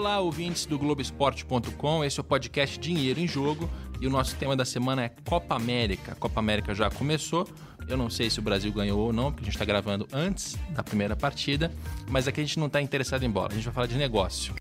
Olá, ouvintes do Globoesporte.com, esse é o podcast Dinheiro em Jogo e o nosso tema da semana é Copa América. A Copa América já começou, eu não sei se o Brasil ganhou ou não, porque a gente está gravando antes da primeira partida, mas aqui a gente não está interessado em bola, a gente vai falar de negócio.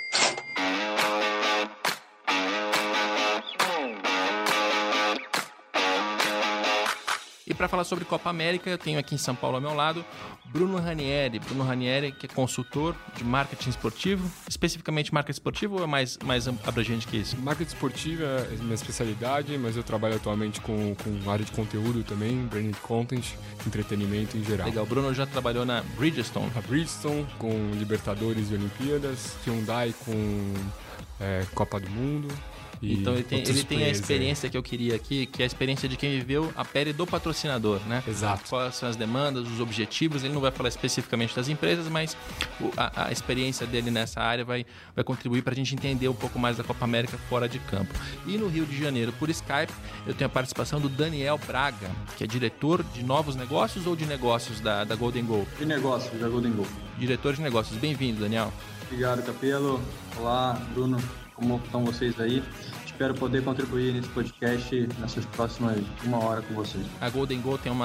E para falar sobre Copa América, eu tenho aqui em São Paulo ao meu lado Bruno Ranieri. Bruno Ranieri, que é consultor de marketing esportivo, especificamente marketing esportivo ou é mais abrangente que isso? Marketing esportivo é minha especialidade, mas eu trabalho atualmente com área de conteúdo também, branding content, entretenimento em geral. Legal, o Bruno já trabalhou na Bridgestone. A Bridgestone, com Libertadores e Olimpíadas, Hyundai com Copa do Mundo. Então ele tem a experiência que eu queria aqui, que é a experiência de quem viveu a pele do patrocinador, né? Exato. Quais são as demandas, os objetivos, ele não vai falar especificamente das empresas, mas a experiência dele nessa área vai contribuir para a gente entender um pouco mais da Copa América fora de campo. E no Rio de Janeiro, por Skype, eu tenho a participação do Daniel Braga, que é diretor de novos negócios ou de negócios da Golden Goal? De negócios, da Golden Goal. Diretor de negócios. Bem-vindo, Daniel. Obrigado, Capelo. Olá, Bruno. Como estão vocês aí? Espero poder contribuir nesse podcast nessas próximas 1 hora com vocês. A Golden Goal tem um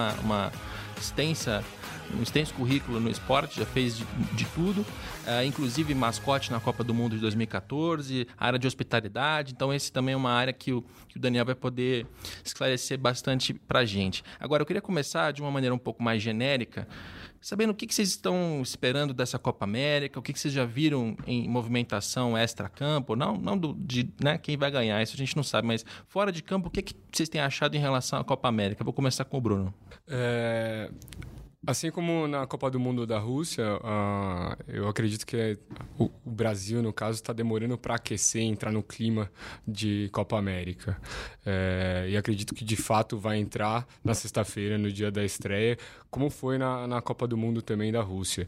extenso currículo no esporte, já fez de tudo, inclusive mascote na Copa do Mundo de 2014, área de hospitalidade, então esse também é uma área que o Daniel vai poder esclarecer bastante para a gente. Agora, eu queria começar de uma maneira um pouco mais genérica, sabendo o que vocês estão esperando dessa Copa América, o que vocês já viram em movimentação extra-campo, não né, quem vai ganhar, isso a gente não sabe, mas fora de campo, o que vocês têm achado em relação à Copa América? Vou começar com o Bruno. Assim como na Copa do Mundo da Rússia, eu acredito que o Brasil, no caso, está demorando para aquecer, entrar no clima de Copa América. E acredito que, de fato, vai entrar na sexta-feira, no dia da estreia, como foi na Copa do Mundo também da Rússia.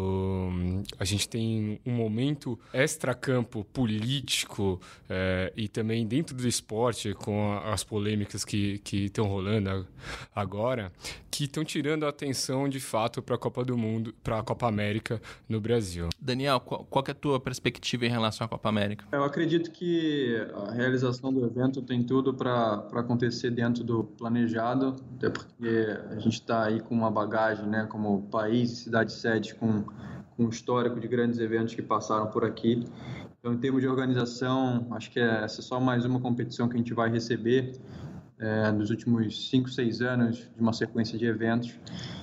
A gente tem um momento extra-campo político e também dentro do esporte, com as polêmicas que estão rolando agora, que estão tirando a atenção de fato para a Copa do Mundo, para a Copa América no Brasil. Daniel, qual que é a tua perspectiva em relação à Copa América? Eu acredito que a realização do evento tem tudo para acontecer dentro do planejado, até porque a gente está aí com uma bagagem, né, como país e cidade-sede com um histórico de grandes eventos que passaram por aqui. Então, em termos de organização, acho que essa é só mais uma competição que a gente vai receber nos últimos 5, 6 anos de uma sequência de eventos.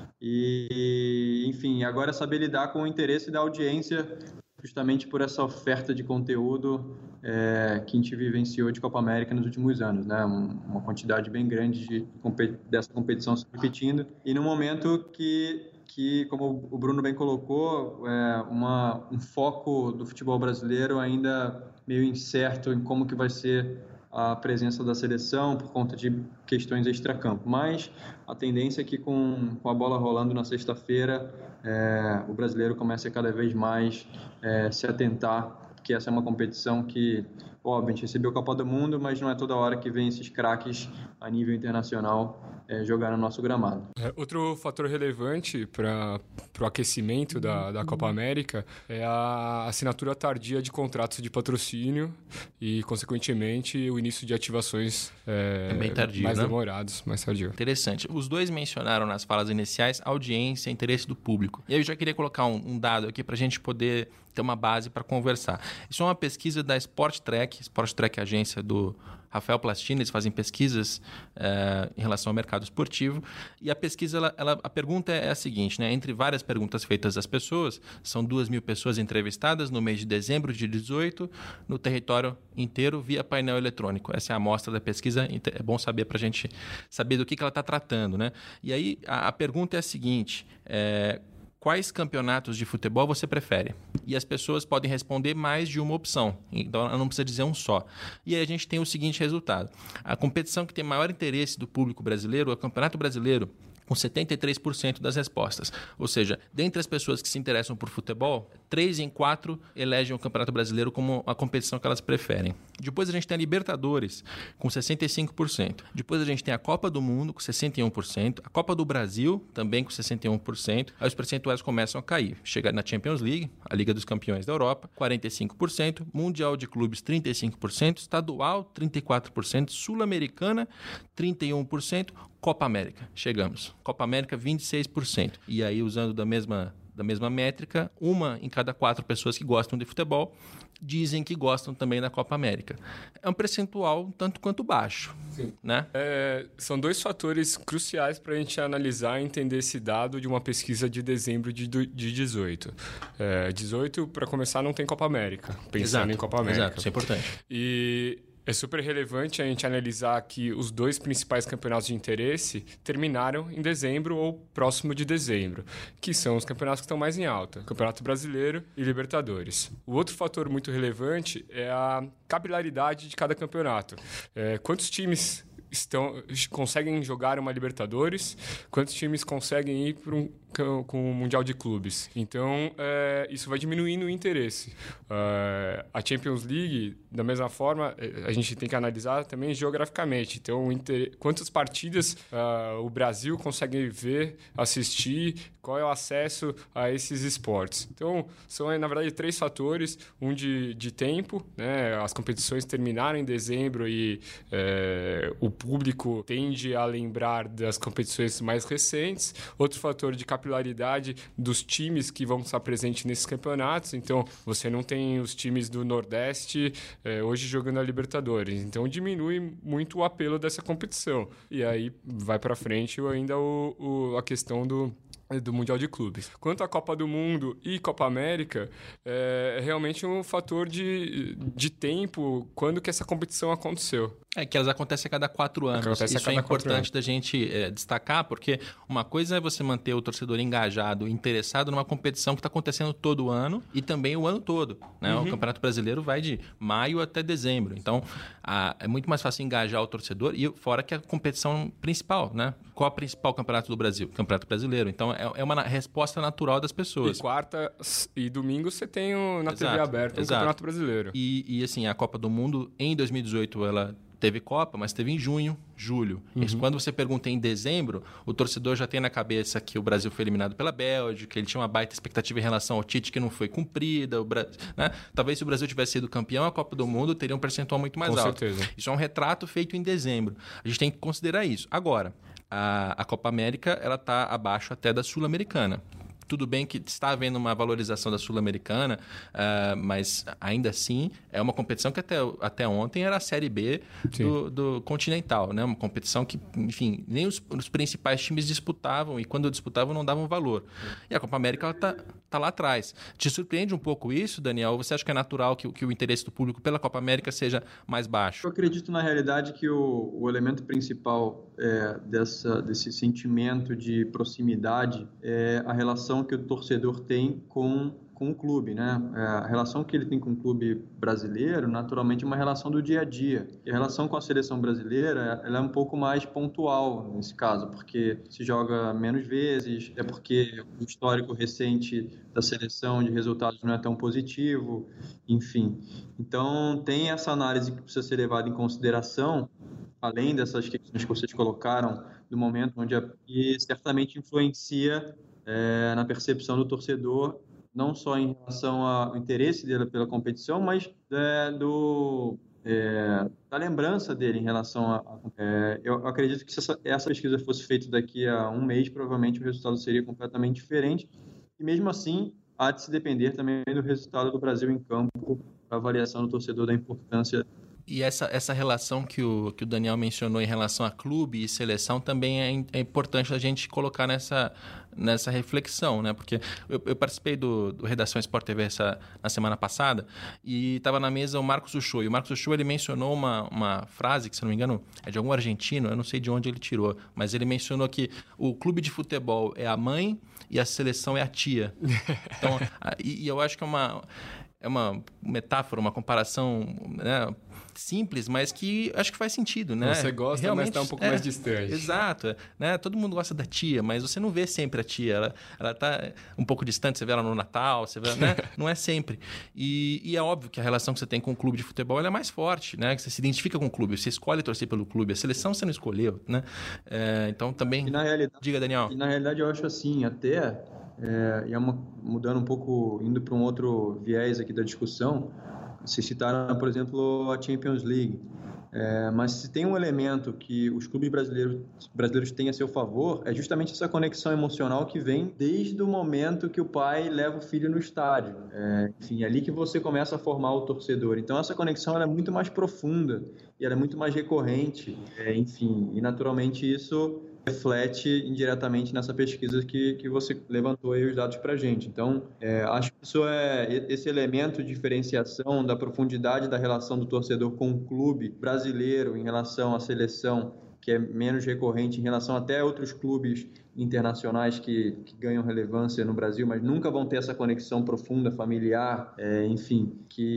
E, enfim, agora é saber lidar com o interesse da audiência, justamente por essa oferta de conteúdo que a gente vivenciou de Copa América nos últimos anos, né? Uma quantidade bem grande dessa competição se repetindo. E no momento que como o Bruno bem colocou, um foco do futebol brasileiro ainda meio incerto em como que vai ser a presença da seleção por conta de questões extracampo. Mas a tendência é que com a bola rolando na sexta-feira, o brasileiro comece a cada vez mais se atentar, que essa é uma competição que, óbvio, a gente recebeu a Copa do Mundo, mas não é toda hora que vem esses craques a nível internacional jogar no nosso gramado. Outro fator relevante para o aquecimento da Copa América é a assinatura tardia de contratos de patrocínio e, consequentemente, o início de ativações também tardio, mais né? demorados, mais tardio. Interessante. Os dois mencionaram nas falas iniciais audiência e interesse do público. E eu já queria colocar um dado aqui para a gente poder ter uma base para conversar. Isso é uma pesquisa da Sport Track é a agência do Rafael Plastini, eles fazem pesquisas em relação ao mercado esportivo, e a pesquisa, a pergunta é a seguinte, né? Entre várias perguntas feitas às pessoas, são 2.000 pessoas entrevistadas no mês de dezembro de 2018, no território inteiro, via painel eletrônico. Essa é a amostra da pesquisa, é bom saber para a gente saber do que ela está tratando, né? E aí a pergunta é a seguinte, quais campeonatos de futebol você prefere? E as pessoas podem responder mais de uma opção, então ela não precisa dizer um só. E aí a gente tem o seguinte resultado. A competição que tem maior interesse do público brasileiro é o Campeonato Brasileiro, com 73% das respostas. Ou seja, dentre as pessoas que se interessam por futebol, 3 em 4 elegem o Campeonato Brasileiro como a competição que elas preferem. Depois a gente tem a Libertadores, com 65%. Depois a gente tem a Copa do Mundo, com 61%. A Copa do Brasil, também com 61%. Aí os percentuais começam a cair. Chega na Champions League, a Liga dos Campeões da Europa, 45%. Mundial de Clubes, 35%. Estadual, 34%. Sul-Americana, 31%. Copa América, chegamos. Copa América, 26%. E aí, usando da mesma métrica, 1 em cada 4 pessoas que gostam de futebol dizem que gostam também da Copa América. É um percentual tanto quanto baixo. Sim. Né? São 2 fatores cruciais para a gente analisar e entender esse dado de uma pesquisa de dezembro de 18. 18, para começar, não tem Copa América. Pensando em Copa América. Exato, isso é importante. E é super relevante a gente analisar que os 2 principais campeonatos de interesse terminaram em dezembro ou próximo de dezembro, que são os campeonatos que estão mais em alta, Campeonato Brasileiro e Libertadores. O outro fator muito relevante é a capilaridade de cada campeonato. Quantos times conseguem jogar uma Libertadores, quantos times conseguem ir com o Mundial de Clubes. Então, isso vai diminuindo o interesse. A Champions League, da mesma forma, a gente tem que analisar também geograficamente. Então, quantas partidas o Brasil consegue ver, assistir, qual é o acesso a esses esportes. Então, são, na verdade, 3 fatores. Um de tempo, né? As competições terminaram em dezembro e o público tende a lembrar das competições mais recentes. Outro fator de capilaridade dos times que vão estar presentes nesses campeonatos. Então, você não tem os times do Nordeste hoje jogando a Libertadores. Então, diminui muito o apelo dessa competição. E aí, vai para frente ainda a questão do Mundial de Clubes. Quanto à Copa do Mundo e Copa América, é realmente um fator de tempo, quando que essa competição aconteceu. Que elas acontecem a cada 4 anos. Isso é importante da gente destacar, porque uma coisa é você manter o torcedor engajado, interessado numa competição que está acontecendo todo ano e também o ano todo. Né? O Campeonato Brasileiro vai de maio até dezembro. Então, é muito mais fácil engajar o torcedor, e fora que a competição principal, né? Qual é o principal campeonato do Brasil? Campeonato Brasileiro. Então, é uma resposta natural das pessoas. E quarta e domingo você tem na TV aberta o Campeonato Brasileiro. E assim, a Copa do Mundo, em 2018, ela teve Copa, mas teve em junho, julho. Isso, quando você pergunta em dezembro, o torcedor já tem na cabeça que o Brasil foi eliminado pela Bélgica, ele tinha uma baita expectativa em relação ao Tite que não foi cumprida. Né? Talvez se o Brasil tivesse sido campeão, a Copa do Mundo teria um percentual muito mais alto. Com certeza. Isso é um retrato feito em dezembro. A gente tem que considerar isso. Agora, a Copa América ela está abaixo até da Sul-Americana. Tudo bem que está havendo uma valorização da Sul-Americana, mas ainda assim é uma competição que até ontem era a Série B do Continental, né? Uma competição que, enfim, nem os principais times disputavam, e quando disputavam não davam valor. E a Copa América está lá atrás. Te surpreende um pouco isso, Daniel? Ou você acha que é natural que o interesse do público pela Copa América seja mais baixo? Eu acredito, na realidade, que o elemento principal desse sentimento de proximidade é a relação que o torcedor tem com o clube, né? A relação que ele tem com o clube brasileiro, naturalmente, é uma relação do dia a dia. E a relação com a seleção brasileira, ela é um pouco mais pontual nesse caso, porque se joga menos vezes, é porque o histórico recente da seleção de resultados não é tão positivo, enfim. Então, tem essa análise que precisa ser levada em consideração, além dessas questões que vocês colocaram, do momento onde e certamente influencia na percepção do torcedor, não só em relação ao interesse dele pela competição, mas da lembrança dele em relação a... eu acredito que se essa pesquisa fosse feita daqui a um mês, provavelmente o resultado seria completamente diferente. E mesmo assim, há de se depender também do resultado do Brasil em campo, para avaliação do torcedor da importância. E essa relação que o Daniel mencionou em relação a clube e seleção também é importante a gente colocar nessa reflexão, né? Porque eu participei do Redação Sport TV na semana passada e estava na mesa o Marcos Uchoa. E o Marcos Uchoa, ele mencionou uma frase que, se não me engano, é de algum argentino, eu não sei de onde ele tirou, mas ele mencionou que o clube de futebol é a mãe e a seleção é a tia. Então, e eu acho que uma metáfora, uma comparação, né, simples, mas que acho que faz sentido, né? Você gosta, realmente, mas está um pouco mais distante. Exato. Né? Todo mundo gosta da tia, mas você não vê sempre a tia. Ela está um pouco distante, você vê ela no Natal, você vê, né? Não é sempre. E é óbvio que a relação que você tem com o clube de futebol ela é mais forte, né? Que você se identifica com o clube, você escolhe torcer pelo clube. A seleção você não escolheu, né? Então também... Diga, Daniel. E na realidade eu acho assim, até... mudando um pouco, indo para um outro viés aqui da discussão, vocês citaram, por exemplo, a Champions League. Mas se tem um elemento que os clubes brasileiros têm a seu favor, é justamente essa conexão emocional que vem desde o momento que o pai leva o filho no estádio. Enfim, é ali que você começa a formar o torcedor. Então, essa conexão ela é muito mais profunda e ela é muito mais recorrente. Enfim, e naturalmente isso reflete indiretamente nessa pesquisa que você levantou aí os dados para a gente. Então, acho que esse elemento de diferenciação da profundidade da relação do torcedor com o clube brasileiro em relação à seleção, que é menos recorrente em relação até a outros clubes internacionais que ganham relevância no Brasil, mas nunca vão ter essa conexão profunda, familiar, enfim,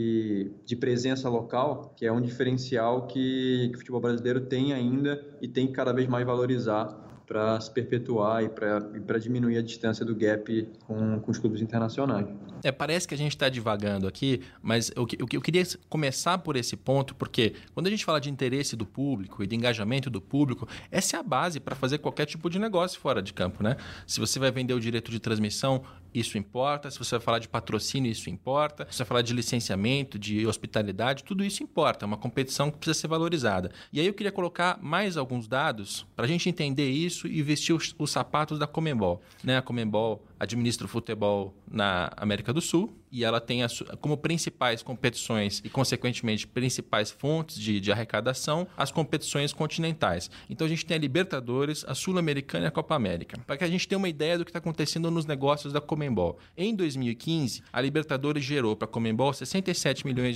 de presença local, que é um diferencial que o futebol brasileiro tem ainda e tem que cada vez mais valorizar para se perpetuar e para diminuir a distância do gap com os clubes internacionais. Parece que a gente está divagando aqui, mas eu queria começar por esse ponto, porque quando a gente fala de interesse do público e de engajamento do público, essa é a base para fazer qualquer tipo de negócio fora de campo, né? Se você vai vender o direito de transmissão, isso importa. Se você vai falar de patrocínio, isso importa. Se você vai falar de licenciamento, de hospitalidade, tudo isso importa. É uma competição que precisa ser valorizada. E aí eu queria colocar mais alguns dados para a gente entender isso e vestir os sapatos da Conmebol, né? A Conmebol administra o futebol na América do Sul e ela tem como principais competições e, consequentemente, principais fontes de arrecadação as competições continentais. Então, a gente tem a Libertadores, a Sul-Americana e a Copa América. Para que a gente tenha uma ideia do que está acontecendo nos negócios da Conmebol. Em 2015, a Libertadores gerou para a Conmebol 67 milhões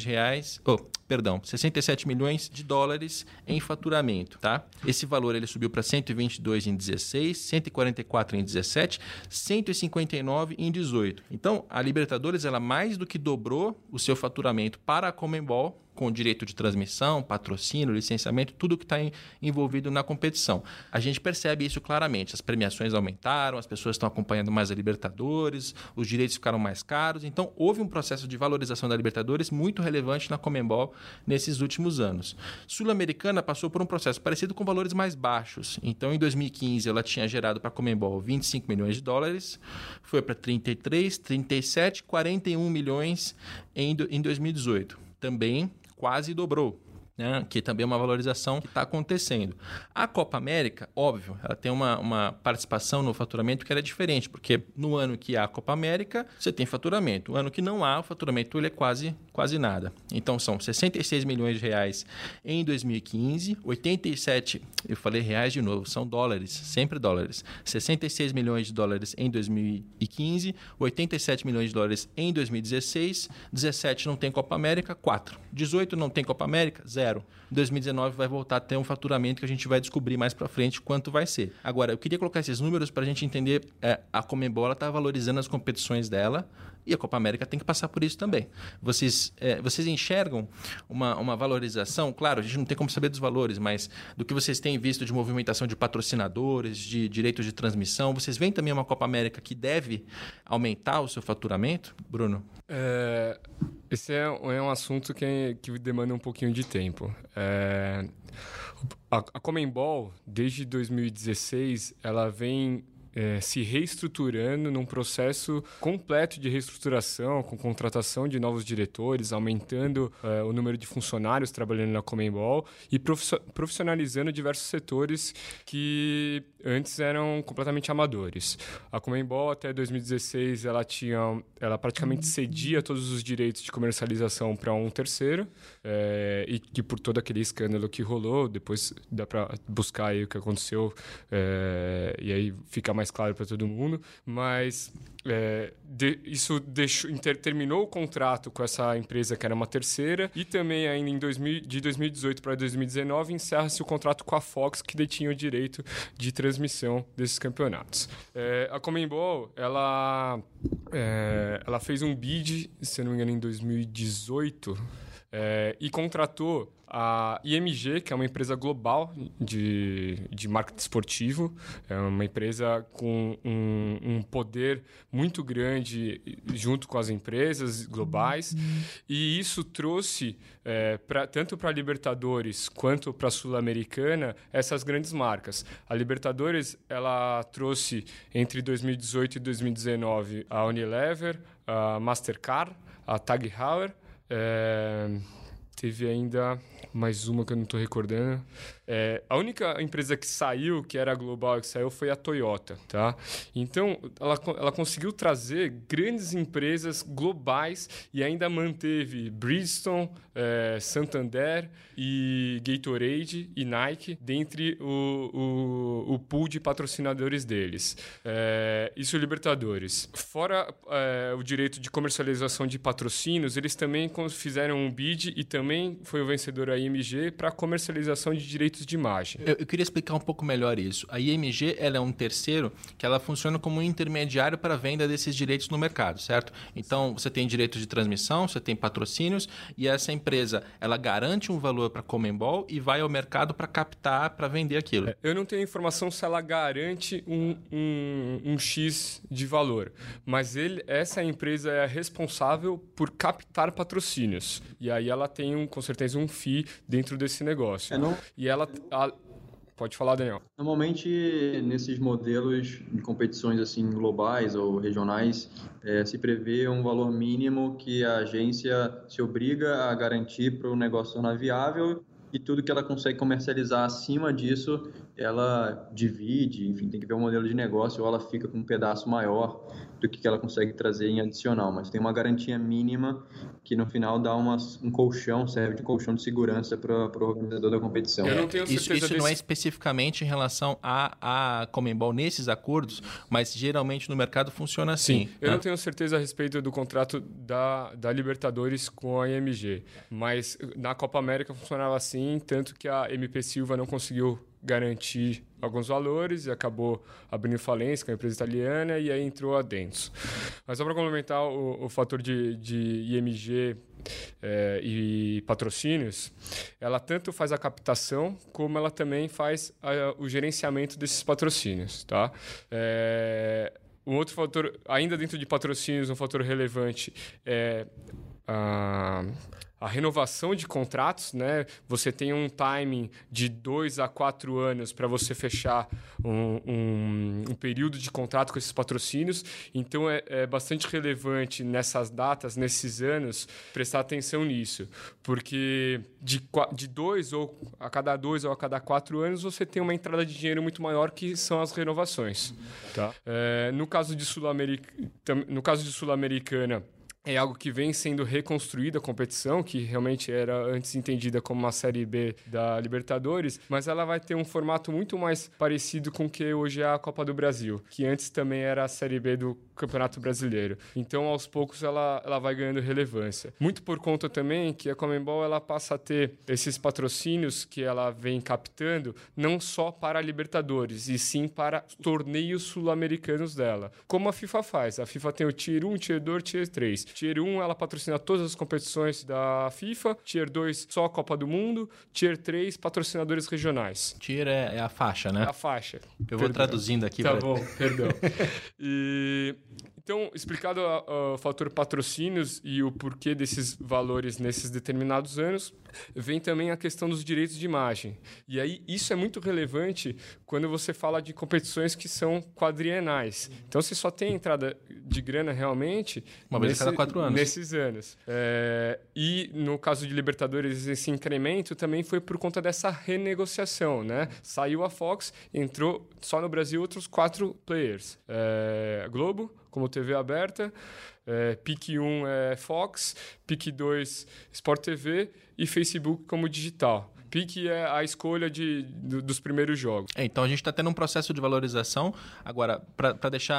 de dólares em faturamento, tá? Esse valor ele subiu para 122 em 16, 144 em 17, 159 em 18. Então, a Libertadores ela mais do que dobrou o seu faturamento para a Conmebol, com direito de transmissão, patrocínio, licenciamento, tudo que está envolvido na competição. A gente percebe isso claramente. As premiações aumentaram, as pessoas estão acompanhando mais a Libertadores, os direitos ficaram mais caros. Então, houve um processo de valorização da Libertadores muito relevante na Conmebol nesses últimos anos. Sul-Americana passou por um processo parecido com valores mais baixos. Então, em 2015, ela tinha gerado para a Conmebol 25 milhões de dólares, foi para 33, 37, 41 milhões em 2018. Também quase dobrou, né? Que também é uma valorização que está acontecendo. A Copa América, óbvio, ela tem uma participação no faturamento que era diferente, porque no ano que há a Copa América, você tem faturamento. No ano que não há, o faturamento ele é quase nada. Então, são 66 milhões de reais em 2015, 87, eu falei reais de novo, são dólares, sempre dólares. 66 milhões de dólares em 2015, 87 milhões de dólares em 2016, 17 não tem Copa América, 4. 18 não tem Copa América, 0. Em 2019 vai voltar a ter um faturamento que a gente vai descobrir mais para frente quanto vai ser. Agora, eu queria colocar esses números para a gente entender a Conmebol está valorizando as competições dela e a Copa América tem que passar por isso também. Vocês enxergam uma valorização? Claro, a gente não tem como saber dos valores, mas do que vocês têm visto de movimentação de patrocinadores, de direitos de transmissão, vocês veem também uma Copa América que deve aumentar o seu faturamento, Bruno? Esse é um assunto que demanda um pouquinho de tempo. A Conmebol, desde 2016, ela vem se reestruturando num processo completo de reestruturação, com contratação de novos diretores, aumentando o número de funcionários trabalhando na Conmebol e profissionalizando diversos setores que antes eram completamente amadores. A Conmebol, até 2016, ela praticamente cedia todos os direitos de comercialização para um terceiro, e que por todo aquele escândalo que rolou, depois dá para buscar aí o que aconteceu, e aí fica mais claro para todo mundo, mas isso terminou o contrato com essa empresa que era uma terceira, e também ainda de 2018 para 2019 encerra-se o contrato com a Fox, que detinha o direito de transmissão desses campeonatos. A Conmebol, ela fez um bid, se eu não me engano, em 2018, e contratou a IMG, que é uma empresa global de marketing esportivo, é uma empresa com um poder muito grande junto com as empresas globais, e isso trouxe, tanto para a Libertadores quanto para a Sul-Americana, essas grandes marcas. A Libertadores, ela trouxe entre 2018 e 2019 a Unilever, a Mastercard, a Tag Heuer, teve ainda mais uma que eu não estou recordando. A única empresa que saiu, que era global, que saiu, foi a Toyota, tá? Então, ela conseguiu trazer grandes empresas globais e ainda manteve Bridgestone, Santander e Gatorade e Nike dentre o pool de patrocinadores deles. Isso é Libertadores. Fora o direito de comercialização de patrocínios, eles também fizeram um bid e também foi o vencedor a IMG para comercialização de direitos de imagem. Eu queria explicar um pouco melhor isso. A IMG, ela é um terceiro que ela funciona como um intermediário para a venda desses direitos no mercado, certo? Então, você tem direitos de transmissão, você tem patrocínios, e essa empresa, ela garante um valor para a Conmebol e vai ao mercado para captar, para vender aquilo. Eu não tenho informação se ela garante um X de valor, mas essa empresa é responsável por captar patrocínios. E aí ela tem, com certeza, um FII dentro desse negócio. E ela... Pode falar, Daniel. Normalmente, nesses modelos de competições assim, globais ou regionais, se prevê um valor mínimo que a agência se obriga a garantir para o negócio se tornar viável, e tudo que ela consegue comercializar acima disso, ela divide, enfim, tem que ver o modelo de negócio, ou ela fica com um pedaço maior do que ela consegue trazer em adicional, mas tem uma garantia mínima que no final dá um colchão, serve de colchão de segurança para o organizador da competição. Eu não tenho certeza isso não é especificamente em relação à Conmebol nesses acordos, mas geralmente no mercado funciona assim. Sim, eu não tenho certeza a respeito do contrato da Libertadores com a IMG, mas na Copa América funcionava assim, tanto que a MP Silva não conseguiu garantir alguns valores e acabou abrindo falência com a empresa italiana, e aí entrou a Dentsu. Mas só para complementar o fator de IMG e patrocínios, ela tanto faz a captação como ela também faz o gerenciamento desses patrocínios, tá? Um outro fator, ainda dentro de patrocínios, um fator relevante é a renovação de contratos, né? Você tem um timing de 2 a 4 anos para você fechar um período de contrato com esses patrocínios. Então, é bastante relevante nessas datas, nesses anos, prestar atenção nisso. Porque de 2 ou a cada 2 ou a cada 4 anos, você tem uma entrada de dinheiro muito maior, que são as renovações. Tá? No caso de Sul-Americana, é algo que vem sendo reconstruída a competição, que realmente era antes entendida como uma Série B da Libertadores, mas ela vai ter um formato muito mais parecido com o que hoje é a Copa do Brasil, que antes também era a Série B do Campeonato Brasileiro. Então, aos poucos, ela vai ganhando relevância. Muito por conta também que a Conmebol ela passa a ter esses patrocínios que ela vem captando, não só para a Libertadores, e sim para torneios sul-americanos dela. Como a FIFA faz. A FIFA tem o Tier 1, Tier 2, Tier 3. Tier 1, ela patrocina todas as competições da FIFA. Tier 2, só a Copa do Mundo. Tier 3, patrocinadores regionais. Tier é a faixa, né? A faixa. Eu vou traduzindo aqui. Tá bom, perdão. Então, explicado o fator patrocínios e o porquê desses valores nesses determinados anos, vem também a questão dos direitos de imagem. E aí, isso é muito relevante quando você fala de competições que são quadrienais. Então, você só tem entrada de grana realmente uma vez a cada 4 anos. Nesses anos. E no caso de Libertadores, esse incremento também foi por conta dessa renegociação, né? Saiu a Fox, entrou só no Brasil outros 4 players. Globo, como TV aberta, PIC 1 é Fox, PIC 2 Sport TV e Facebook como digital. PIC é a escolha dos primeiros jogos. Então, a gente está tendo um processo de valorização. Agora, para deixar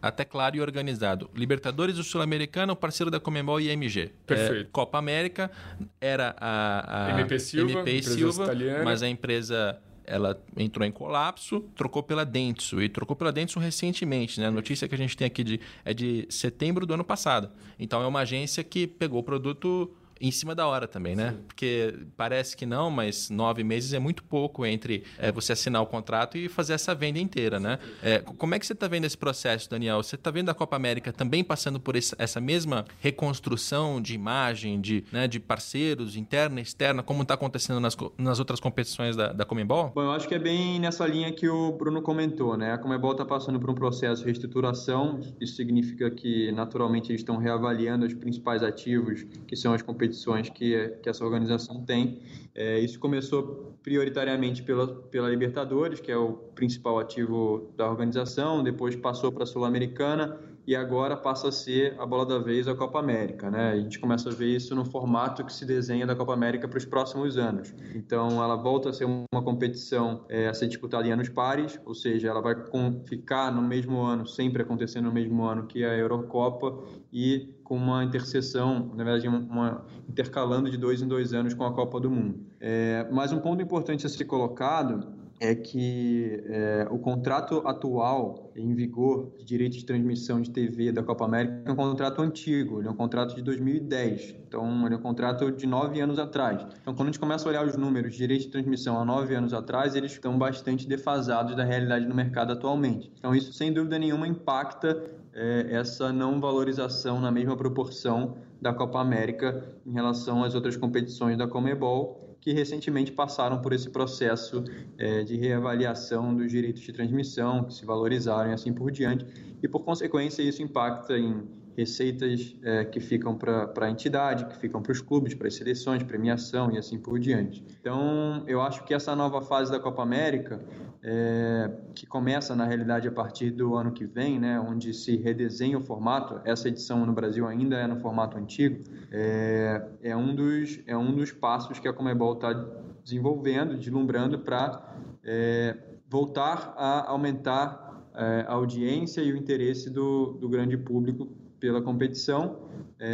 até claro e organizado. Libertadores do Sul-Americano, parceiro da Conmebol e IMG. Perfeito. Copa América era a MP Silva, italiana. Mas a empresa... ela entrou em colapso, trocou pela Dentsu. E trocou pela Dentsu recentemente, né? A notícia que a gente tem aqui é de setembro do ano passado. Então, é uma agência que pegou o produto em cima da hora também, né? Sim. Porque parece que não, mas 9 meses é muito pouco entre você assinar o contrato e fazer essa venda inteira, né? Como é que você está vendo esse processo, Daniel? Você está vendo a Copa América também passando por essa mesma reconstrução de imagem, de parceiros, interna e externa, como está acontecendo nas outras competições da Conmebol? Bom, eu acho que é bem nessa linha que o Bruno comentou, né? A Conmebol está passando por um processo de reestruturação. Isso significa que, naturalmente, eles estão reavaliando os principais ativos, que são as competições que essa organização tem. Isso começou prioritariamente pela Libertadores, que é o principal ativo da organização, depois passou para a Sul-Americana e agora passa a ser a bola da vez a Copa América, né? A gente começa a ver isso no formato que se desenha da Copa América para os próximos anos. Então, ela volta a ser uma competição a ser disputada em anos pares, ou seja, ela vai ficar no mesmo ano, sempre acontecendo no mesmo ano que a Eurocopa e com uma interseção, na verdade, intercalando de 2 em 2 anos com a Copa do Mundo. Mas um ponto importante a ser colocado é que o contrato atual em vigor de direito de transmissão de TV da Copa América é um contrato antigo, ele é um contrato de 2010, então ele é um contrato de 9 anos atrás. Então, quando a gente começa a olhar os números de direito de transmissão há 9 anos atrás, eles estão bastante defasados da realidade do mercado atualmente. Então, isso, sem dúvida nenhuma, impacta essa não valorização na mesma proporção da Copa América em relação às outras competições da Conmebol, que recentemente passaram por esse processo de reavaliação dos direitos de transmissão, que se valorizaram e assim por diante, e por consequência isso impacta em receitas que ficam para a entidade, que ficam para os clubes, para as seleções, premiação e assim por diante. Então, eu acho que essa nova fase da Copa América, que começa na realidade a partir do ano que vem, né, onde se redesenha o formato, essa edição no Brasil ainda é no formato antigo, é um dos passos que a Conmebol está desenvolvendo, deslumbrando para voltar a aumentar a audiência e o interesse do grande público pela competição,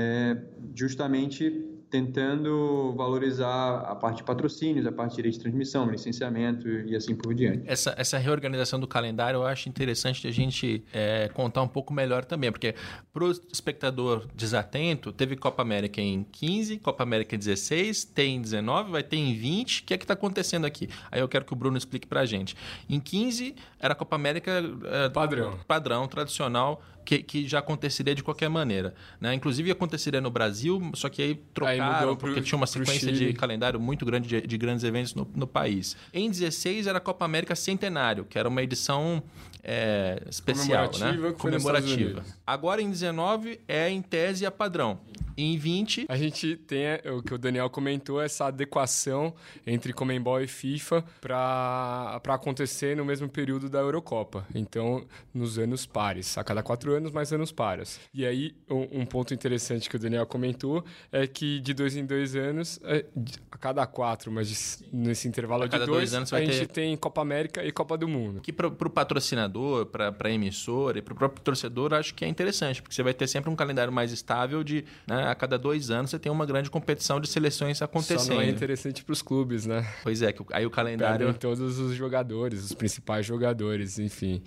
justamente tentando valorizar a parte de patrocínios, a parte de direito de transmissão, licenciamento e assim por diante. Essa reorganização do calendário eu acho interessante de a gente contar um pouco melhor também, porque para o espectador desatento, teve Copa América em 15, Copa América em 16, tem em 19, vai ter em 20. O que é que está acontecendo aqui? Aí eu quero que o Bruno explique para a gente. Em 15, era a Copa América padrão, tradicional, que já aconteceria de qualquer maneira, né? Inclusive aconteceria no Brasil, só que aí trocaram porque tinha uma sequência de calendário muito grande de grandes eventos no país. Em 16 era a Copa América Centenário, que era uma edição especial, comemorativa. Agora em 19 é em tese a padrão. Em 20... A gente tem o que o Daniel comentou, essa adequação entre Conmebol e FIFA para acontecer no mesmo período da Eurocopa. Então, nos anos pares. A cada 4 anos, mais anos pares. E aí, um ponto interessante que o Daniel comentou é que de 2 em 2 anos, a cada 4, mas nesse intervalo de 2 anos, a gente tem Copa América e Copa do Mundo. Que para o patrocinador, para a emissora e para o próprio torcedor, acho que é interessante, porque você vai ter sempre um calendário mais estável de... Né, a cada 2 anos você tem uma grande competição de seleções acontecendo. Só não é interessante para os clubes, né? Pois é, que aí o calendário... Perdem todos os jogadores, os principais jogadores, enfim.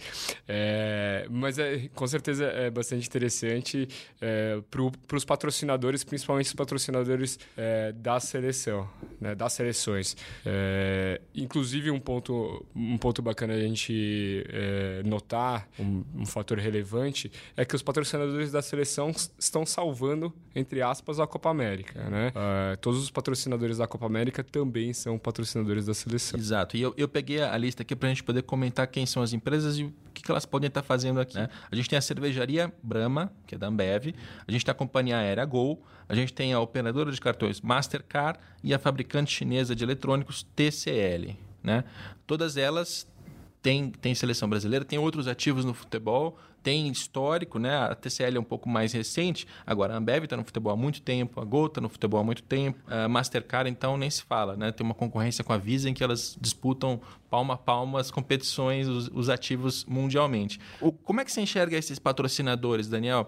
Mas com certeza é bastante interessante para os patrocinadores, principalmente os patrocinadores da seleção, né, das seleções. Inclusive, um ponto bacana a gente notar, um fator relevante, é que os patrocinadores da seleção estão salvando, entre aspas, a Copa América, né? Todos os patrocinadores da Copa América também são patrocinadores da seleção. Exato. E eu peguei a lista aqui para a gente poder comentar quem são as empresas e o que elas podem estar fazendo aqui, né? A gente tem a cervejaria Brahma, que é da Ambev. A gente tem a companhia aérea Gol. A gente tem a operadora de cartões Mastercard e a fabricante chinesa de eletrônicos TCL, né? Todas elas tem seleção brasileira, tem outros ativos no futebol, tem histórico, né? A TCL é um pouco mais recente, agora a Ambev está no futebol há muito tempo, a Gol está no futebol há muito tempo, a Mastercard, então, nem se fala, né? Tem uma concorrência com a Visa em que elas disputam palmo a palmo as competições, os ativos mundialmente. Como é que você enxerga esses patrocinadores, Daniel?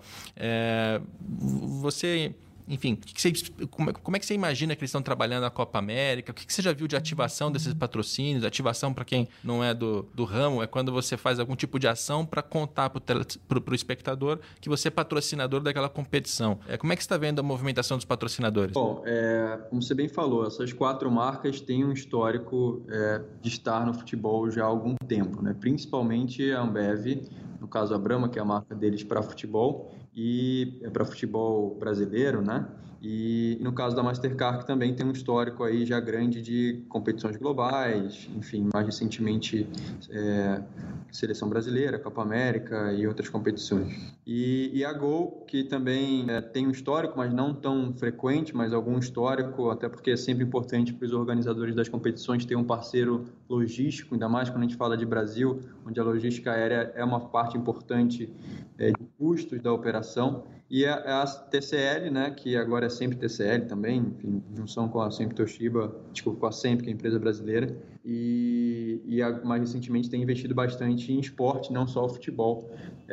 Você... Enfim, como é que você imagina que eles estão trabalhando na Copa América? O que você já viu de ativação desses patrocínios? Ativação, para quem não é do ramo, é quando você faz algum tipo de ação para contar para o espectador que você é patrocinador daquela competição. Como é que você está vendo a movimentação dos patrocinadores? Bom, como você bem falou, essas 4 marcas têm um histórico de estar no futebol já há algum tempo, né? Principalmente a Ambev, no caso a Brahma, que é a marca deles para futebol, e é para futebol brasileiro, né? E no caso da Mastercard, que também tem um histórico aí já grande de competições globais, enfim, mais recentemente Seleção Brasileira, Copa América e outras competições. E a Gol, que também tem um histórico, mas não tão frequente, mas algum histórico, até porque é sempre importante para os organizadores das competições ter um parceiro logístico, ainda mais quando a gente fala de Brasil, onde a logística aérea é uma parte importante de custos da operação. E a TCL, né, que agora é sempre TCL também, enfim, junção com a Sempre Toshiba, com a Sempre, que é a empresa brasileira, e mais recentemente tem investido bastante em esporte, não só o futebol.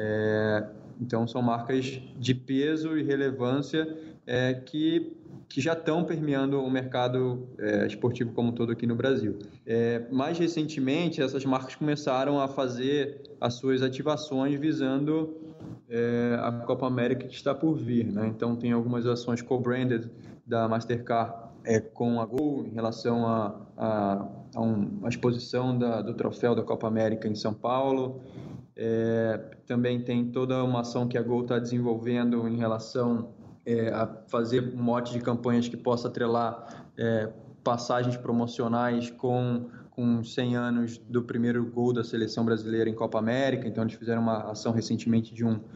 Então são marcas de peso e relevância que já estão permeando o mercado esportivo como um todo aqui no Brasil. Mais recentemente, essas marcas começaram a fazer as suas ativações visando a Copa América que está por vir, né? Então tem algumas ações co-branded da Mastercard com a Gol em relação a uma exposição do troféu da Copa América em São Paulo. Também tem toda uma ação que a Gol está desenvolvendo em relação a fazer um mote de campanhas que possa atrelar passagens promocionais com 100 anos do primeiro gol da seleção brasileira em Copa América. Então eles fizeram uma ação recentemente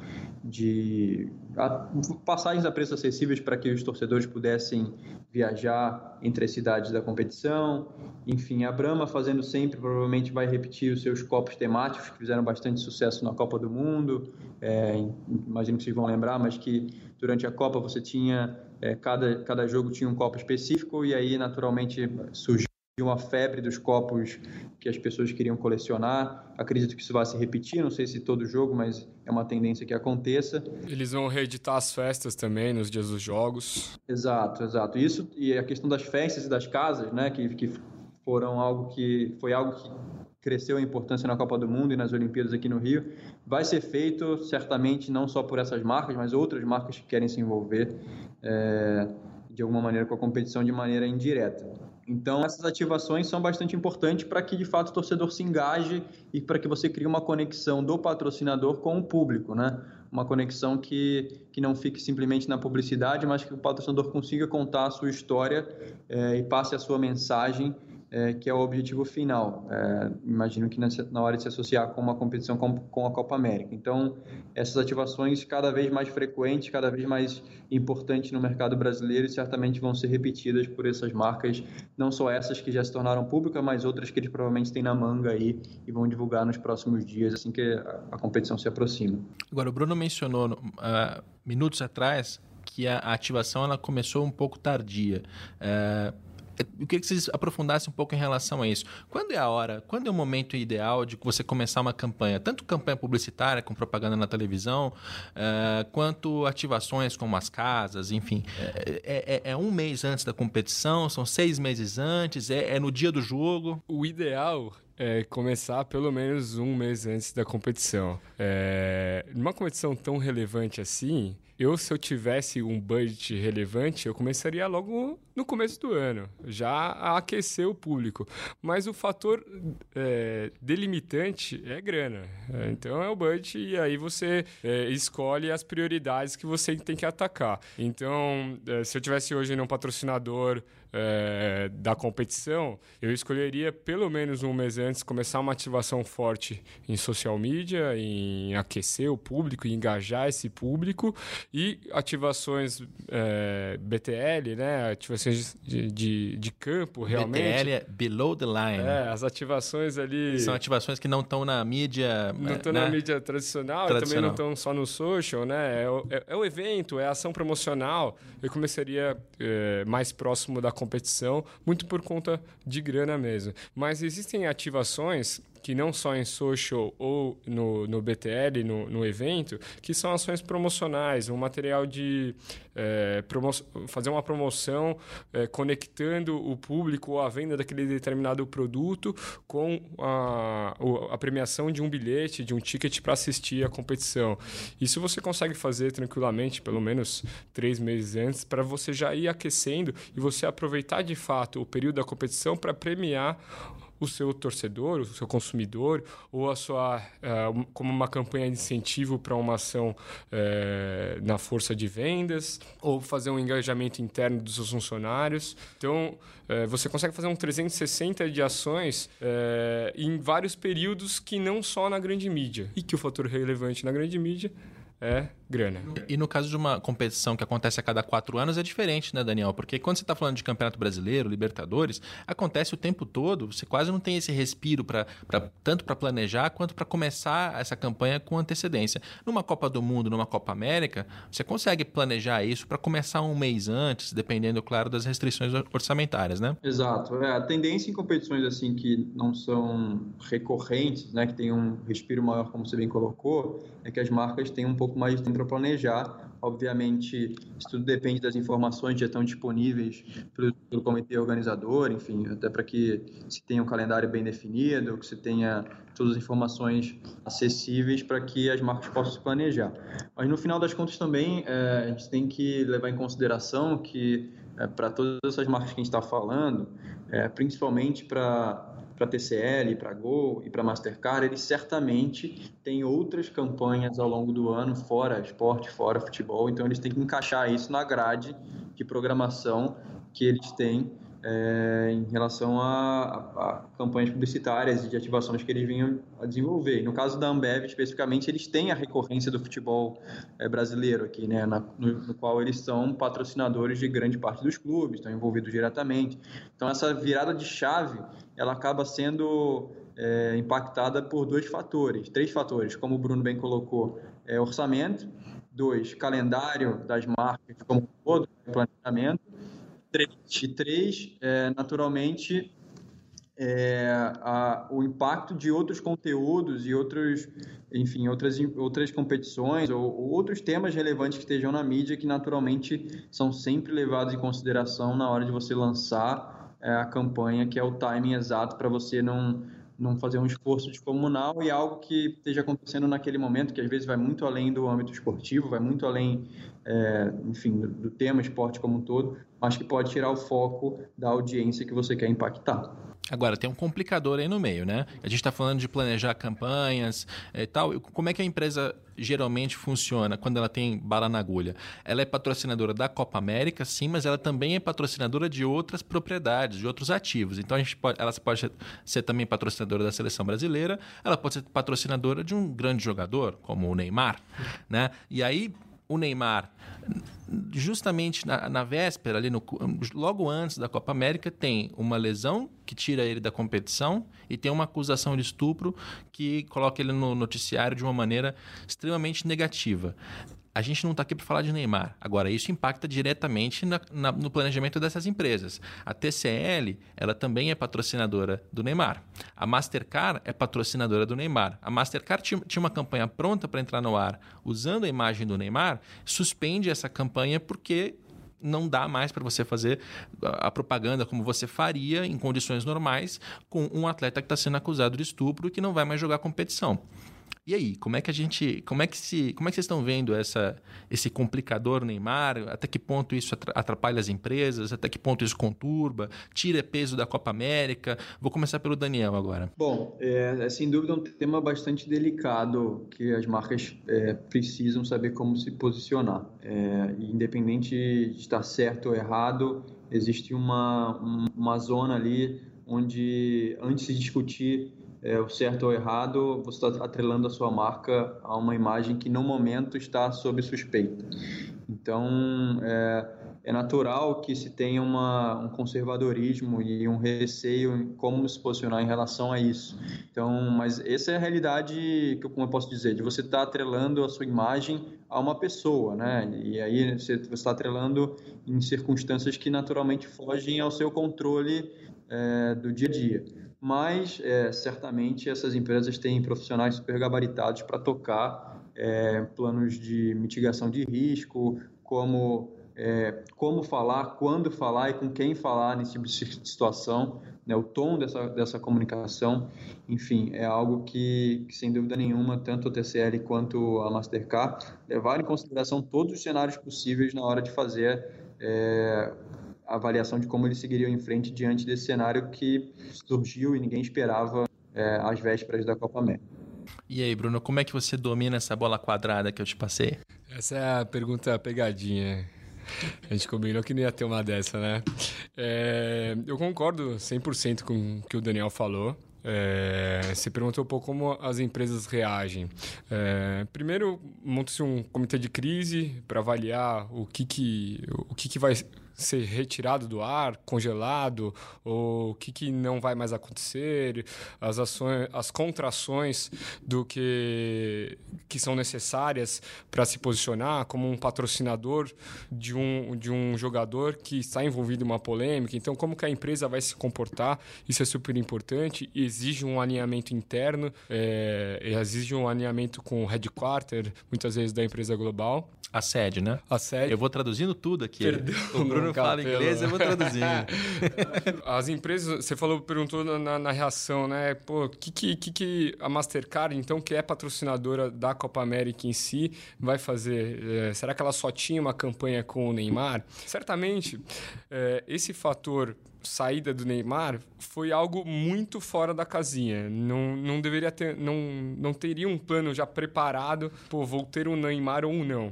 de passagens a preços acessíveis para que os torcedores pudessem viajar entre as cidades da competição. Enfim, a Brahma fazendo sempre, provavelmente vai repetir os seus copos temáticos que fizeram bastante sucesso na Copa do Mundo. Imagino que vocês vão lembrar, mas que durante a Copa você tinha cada jogo tinha um copo específico, e aí naturalmente surgiu uma febre dos copos que as pessoas queriam colecionar. Acredito que isso vai se repetir, não sei se todo jogo, mas é uma tendência que aconteça. Eles vão reeditar as festas também nos dias dos jogos. Exato. Isso, e a questão das festas e das casas, né, que foram algo que cresceu em importância na Copa do Mundo e nas Olimpíadas aqui no Rio, vai ser feito certamente não só por essas marcas, mas outras marcas que querem se envolver de alguma maneira com a competição de maneira indireta. Então, essas ativações são bastante importantes para que, de fato, o torcedor se engaje e para que você crie uma conexão do patrocinador com o público, né? Uma conexão que não fique simplesmente na publicidade, mas que o patrocinador consiga contar a sua história e passe a sua mensagem, que é o objetivo final. Imagino que na hora de se associar com uma competição com a Copa América. Então, essas ativações cada vez mais frequentes, cada vez mais importantes no mercado brasileiro, e certamente vão ser repetidas por essas marcas, não só essas que já se tornaram públicas, mas outras que eles provavelmente têm na manga aí e vão divulgar nos próximos dias, assim que a competição se aproxima. Agora, o Bruno mencionou minutos atrás que a ativação ela começou um pouco tardia. Eu queria que vocês aprofundassem um pouco em relação a isso. Quando é a hora, quando é o momento ideal de você começar uma campanha? Tanto campanha publicitária, com propaganda na televisão, quanto ativações como as casas, enfim. É um mês antes da competição? São 6 meses antes? É no dia do jogo? O ideal é começar pelo menos um mês antes da competição. Numa competição tão relevante assim, se eu tivesse um budget relevante, eu começaria logo no começo do ano, já a aquecer o público. Mas o fator delimitante é grana. Então é o budget, e aí você escolhe as prioridades que você tem que atacar. Então, se eu tivesse hoje um patrocinador da competição, eu escolheria pelo menos um mês antes, começar uma ativação forte em social media, em aquecer o público, engajar esse público, e ativações BTL, né? Ativações de campo, realmente. BTL é below the line. As ativações ali... São ativações que não estão na mídia... Não estão na mídia tradicional, e também não estão só no social, né? É o evento, é a ação promocional. Eu começaria mais próximo da competição, muito por conta de grana mesmo. Mas existem ativações que não só em social ou no BTL, no evento, que são ações promocionais, um material de fazer uma promoção conectando o público ou a venda daquele determinado produto com a premiação de um bilhete, de um ticket para assistir a competição. Isso você consegue fazer tranquilamente, pelo menos 3 meses antes, para você já ir aquecendo e você aproveitar de fato o período da competição para premiar o seu torcedor, o seu consumidor, ou a sua como uma campanha de incentivo para uma ação na força de vendas, ou fazer um engajamento interno dos seus funcionários. Então, você consegue fazer um 360 de ações em vários períodos que não só na grande mídia. E que o fator relevante na grande mídia é grana. E no caso de uma competição que acontece a cada 4 anos é diferente, né, Daniel? Porque quando você está falando de Campeonato Brasileiro, Libertadores, acontece o tempo todo, você quase não tem esse respiro tanto para planejar quanto para começar essa campanha com antecedência. Numa Copa do Mundo, numa Copa América, você consegue planejar isso para começar um mês antes, dependendo, claro, das restrições orçamentárias, né? Exato. A tendência em competições assim que não são recorrentes, né, que tem um respiro maior, como você bem colocou, é que as marcas têm um pouco mais de tempo para planejar. Obviamente, isso tudo depende das informações que já estão disponíveis pelo comitê organizador, enfim, até para que se tenha um calendário bem definido, que se tenha todas as informações acessíveis para que as marcas possam se planejar. Mas, no final das contas, também a gente tem que levar em consideração que, para todas essas marcas que a gente está falando, principalmente para TCL, para Gol e para Mastercard, eles certamente têm outras campanhas ao longo do ano, fora esporte, fora futebol, então eles têm que encaixar isso na grade de programação que eles têm em relação a campanhas publicitárias e de ativações que eles vinham a desenvolver. No caso da Ambev, especificamente, eles têm a recorrência do futebol brasileiro aqui, né, no qual eles são patrocinadores de grande parte dos clubes, estão envolvidos diretamente. Então, essa virada de chave, ela acaba sendo impactada por 3 fatores, como o Bruno bem colocou: orçamento, 2, calendário das marcas como um todo, planejamento, 3, naturalmente, o impacto de outros conteúdos e outras competições ou outros temas relevantes que estejam na mídia, que naturalmente são sempre levados em consideração na hora de você lançar a campanha, que é o timing exato para você não fazer um esforço descomunal e algo que esteja acontecendo naquele momento, que às vezes vai muito além do âmbito esportivo, vai muito além, do tema esporte como um todo, mas que pode tirar o foco da audiência que você quer impactar. Agora, tem um complicador aí no meio, né? A gente está falando de planejar campanhas e tal. Como é que a empresa geralmente funciona quando ela tem bala na agulha? Ela é patrocinadora da Copa América, sim, mas ela também é patrocinadora de outras propriedades, de outros ativos. Então, ela pode ser também patrocinadora da Seleção Brasileira, ela pode ser patrocinadora de um grande jogador, como o Neymar, né? E aí, o Neymar, justamente na véspera, logo antes da Copa América, tem uma lesão que tira ele da competição e tem uma acusação de estupro que coloca ele no noticiário de uma maneira extremamente negativa. A gente não está aqui para falar de Neymar. Agora, isso impacta diretamente no planejamento dessas empresas. A TCL, ela também é patrocinadora do Neymar. A Mastercard é patrocinadora do Neymar. A Mastercard tinha uma campanha pronta para entrar no ar usando a imagem do Neymar, suspende essa campanha porque não dá mais para você fazer a propaganda como você faria em condições normais com um atleta que está sendo acusado de estupro e que não vai mais jogar competição. E aí, como é que vocês estão vendo esse complicador Neymar? Até que ponto isso atrapalha as empresas? Até que ponto isso conturba? Tira peso da Copa América? Vou começar pelo Daniel agora. Bom, sem dúvida um tema bastante delicado que as marcas precisam saber como se posicionar. Independente de estar certo ou errado, existe uma zona ali onde, antes de discutir o certo ou errado, você está atrelando a sua marca a uma imagem que no momento está sob suspeita. Então, é natural que se tenha um conservadorismo e um receio em como se posicionar em relação a isso. Então, mas essa é a realidade, como eu posso dizer, de você estar atrelando a sua imagem a uma pessoa, né? E aí você está atrelando em circunstâncias que naturalmente fogem ao seu controle do dia a dia. Mas, certamente, essas empresas têm profissionais super gabaritados para tocar planos de mitigação de risco, como falar, quando falar e com quem falar nesse tipo de situação, né? O tom dessa comunicação, enfim, é algo que, sem dúvida nenhuma, tanto a TCL quanto a Mastercard levaram em consideração todos os cenários possíveis na hora de fazer a avaliação de como eles seguiriam em frente diante desse cenário que surgiu e ninguém esperava às vésperas da Copa América. E aí, Bruno, como é que você domina essa bola quadrada que eu te passei? Essa é a pergunta pegadinha. A gente combinou que não ia ter uma dessa, né? Eu concordo 100% com o que o Daniel falou. Você perguntou um pouco como as empresas reagem. Primeiro, monta-se um comitê de crise para avaliar o que vai ser retirado do ar, congelado, ou o que não vai mais acontecer, as contrações do que são necessárias para se posicionar como um patrocinador de um jogador que está envolvido em uma polêmica. Então, como que a empresa vai se comportar? Isso é super importante. Exige um alinhamento interno, exige um alinhamento com o headquarter, muitas vezes da empresa global. A sede, né? A sede. Eu vou traduzindo tudo aqui. Perdão, o Bruno fala inglês, eu vou traduzindo. As empresas, você perguntou na reação, né? Pô, o que a Mastercard, então, que é patrocinadora da Copa América em si, vai fazer? Será que ela só tinha uma campanha com o Neymar? Certamente, esse fator saída do Neymar foi algo muito fora da casinha. Não deveria ter, não teria um plano já preparado, vou ter um Neymar ou não.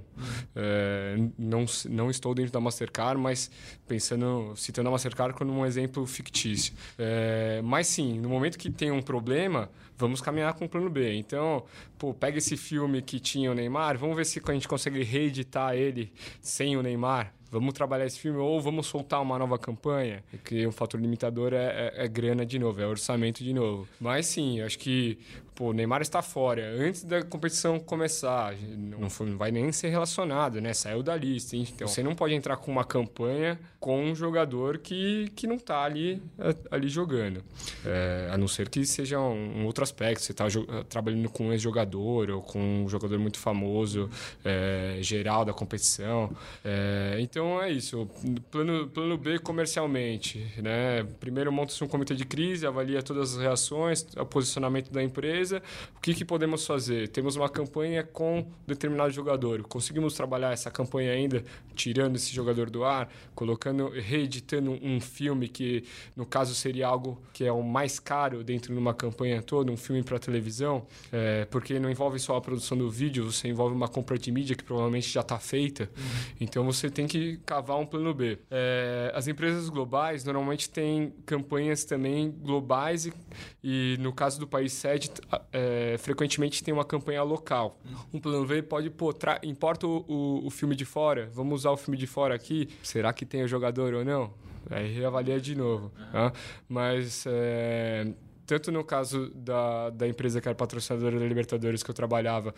Não estou dentro da Mastercard, mas citando a Mastercard como um exemplo fictício. Mas sim, no momento que tem um problema, vamos caminhar com o plano B. Então, pega esse filme que tinha o Neymar, vamos ver se a gente consegue reeditar ele sem o Neymar. Vamos trabalhar esse filme ou vamos soltar uma nova campanha? Porque o fator limitador é grana de novo, é orçamento de novo. Mas sim, acho que o Neymar está fora. Antes da competição começar, não vai nem ser relacionado, né? Saiu da lista. Então, você não pode entrar com uma campanha com um jogador que não está ali jogando. A não ser que seja um outro aspecto. Você está trabalhando com um ex-jogador ou com um jogador muito famoso, geral da competição. Então, é isso. Plano B comercialmente, né? Primeiro monta-se um comitê de crise, avalia todas as reações, o posicionamento da empresa. O que podemos fazer? Temos uma campanha com determinado jogador. Conseguimos trabalhar essa campanha ainda, tirando esse jogador do ar, reeditando um filme que, no caso, seria algo que é o mais caro dentro de uma campanha toda, um filme para televisão, porque não envolve só a produção do vídeo, você envolve uma compra de mídia que provavelmente já está feita. Então, você tem que cavar um plano B. As empresas globais normalmente têm campanhas também globais e no caso do país sede, frequentemente tem uma campanha local. Um plano B pode, importa o filme de fora, vamos usar o filme de fora aqui, será que tem o jogador ou não? Aí reavalia de novo. Mas tanto no caso da empresa que era patrocinadora da Libertadores que eu trabalhava,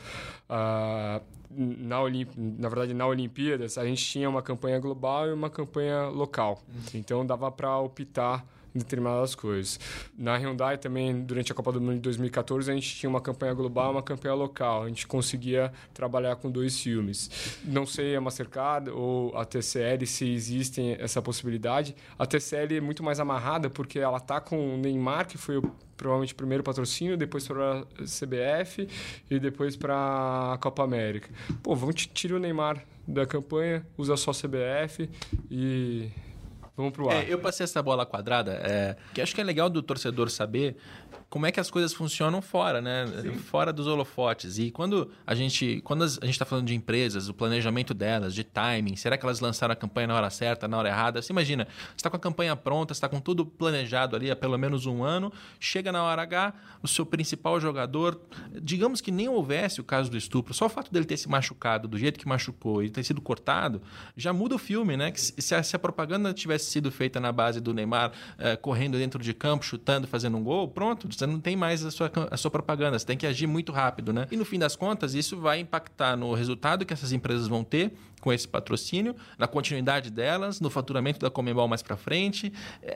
na verdade na Olimpíadas, a gente tinha uma campanha global e uma campanha local. Então dava para optar em determinadas coisas. Na Hyundai também, durante a Copa do Mundo de 2014, a gente tinha uma campanha global e uma campanha local. A gente conseguia trabalhar com 2 filmes. Não sei a Mastercard ou a TCL se existem essa possibilidade. A TCL é muito mais amarrada porque ela está com o Neymar, que foi provavelmente o primeiro patrocínio, depois para a CBF e depois para a Copa América. Vamos tirar o Neymar da campanha, usa só a CBF e vamos pro ar. Eu passei essa bola quadrada, que acho que é legal do torcedor saber como é que as coisas funcionam fora, né? Sim. Fora dos holofotes. E quando a gente está falando de empresas, o planejamento delas, de timing, será que elas lançaram a campanha na hora certa, na hora errada? Você imagina, você está com a campanha pronta, você está com tudo planejado ali há pelo menos um ano, chega na hora H, o seu principal jogador, digamos que nem houvesse o caso do estupro, só o fato dele ter se machucado do jeito que machucou e ter sido cortado, já muda o filme, né? Que se a propaganda tivesse sido feita na base do Neymar correndo dentro de campo, chutando, fazendo um gol, pronto, você não tem mais a sua propaganda, você tem que agir muito rápido, né? E no fim das contas, isso vai impactar no resultado que essas empresas vão ter com esse patrocínio, na continuidade delas, no faturamento da Conmebol mais para frente.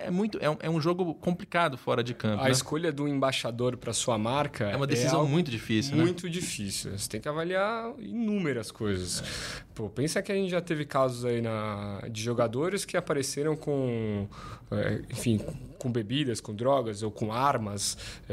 É um jogo complicado fora de campo. A escolha do embaixador para sua marca é uma decisão muito difícil, né? Muito difícil. Você tem que avaliar inúmeras coisas. Pô, pensa que a gente já teve casos aí de jogadores que apareceram com, enfim, com bebidas, com drogas ou com armas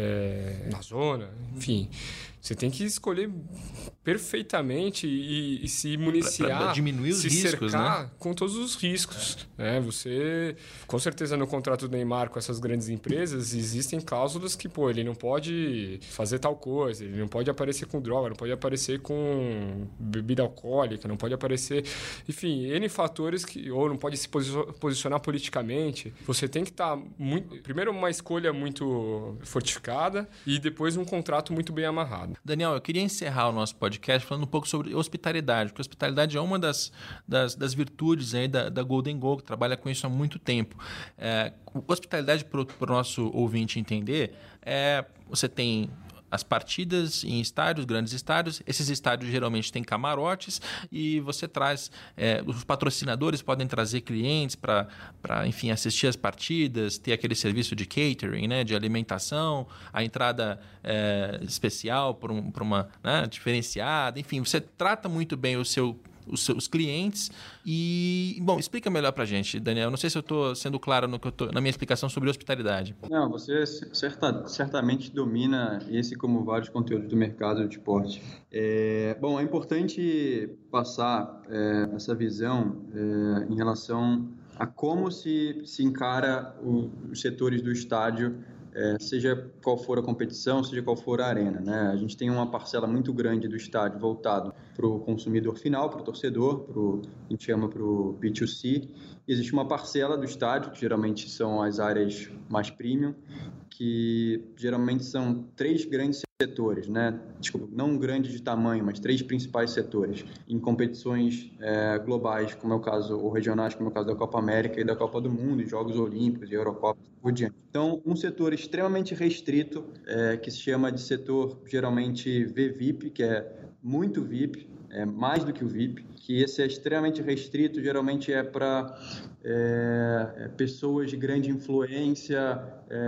na zona, enfim. Você tem que escolher perfeitamente e se municiar, pra diminuir os se riscos, cercar, né? Com todos os riscos. Né? Você, com certeza, no contrato do Neymar com essas grandes empresas, existem cláusulas que, ele não pode fazer tal coisa, ele não pode aparecer com droga, não pode aparecer com bebida alcoólica, não pode aparecer... Enfim, N fatores ou não pode se posicionar politicamente. Você tem que estar primeiro uma escolha muito fortificada e depois um contrato muito bem amarrado. Daniel, eu queria encerrar o nosso podcast falando um pouco sobre hospitalidade, porque hospitalidade é uma das virtudes aí da Golden Goal, que trabalha com isso há muito tempo. Hospitalidade, para o nosso ouvinte entender, você tem as partidas em estádios, grandes estádios. Esses estádios geralmente têm camarotes e você traz... os patrocinadores podem trazer clientes para enfim, assistir as partidas, ter aquele serviço de catering, né, de alimentação, a entrada especial por uma diferenciada. Enfim, você trata muito bem os seus clientes. E, bom, explica melhor pra gente, Daniel. Não sei se eu estou sendo claro na minha explicação sobre hospitalidade. Não, você certamente domina esse como vários conteúdos do mercado de esporte. Bom, é importante passar essa visão em relação a como se encara os setores do estádio, seja qual for a competição, seja qual for a arena, né? A gente tem uma parcela muito grande do estádio voltado para o consumidor final, para o torcedor, a gente chama para o B2C. E existe uma parcela do estádio, que geralmente são as áreas mais premium, que geralmente são 3 grandes setores, né? Desculpa, não grandes de tamanho, mas 3 principais setores em competições globais, como é o caso, ou regionais, como é o caso da Copa América e da Copa do Mundo, e Jogos Olímpicos e Eurocopa e por diante. Então, um setor extremamente restrito, que se chama de setor geralmente VVIP, que é muito VIP, mais do que o VIP, que esse é extremamente restrito, geralmente é para pessoas de grande influência,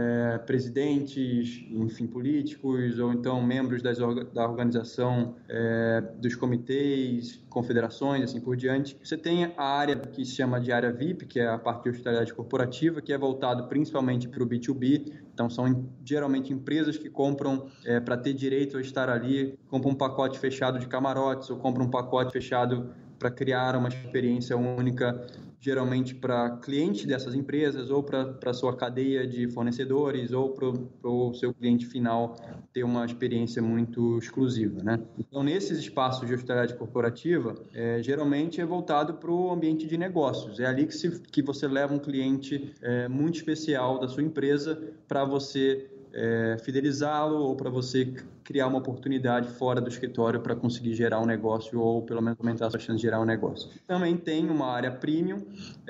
presidentes, enfim, políticos, ou então membros da organização, dos comitês, confederações, assim por diante. Você tem a área que se chama de área VIP, que é a parte de hospitalidade corporativa, que é voltado principalmente para o B2B. Então, são geralmente empresas que compram para ter direito a estar ali, compram um pacote fechado de camarotes ou compram um pacote fechado para criar uma experiência única, geralmente para cliente dessas empresas ou para a sua cadeia de fornecedores ou para o seu cliente final ter uma experiência muito exclusiva, né? Então, nesses espaços de hospitalidade corporativa, geralmente é voltado para o ambiente de negócios. É ali que você leva um cliente muito especial da sua empresa para você fidelizá-lo ou para você criar uma oportunidade fora do escritório para conseguir gerar um negócio ou pelo menos aumentar a sua chance de gerar um negócio. Também tem uma área premium,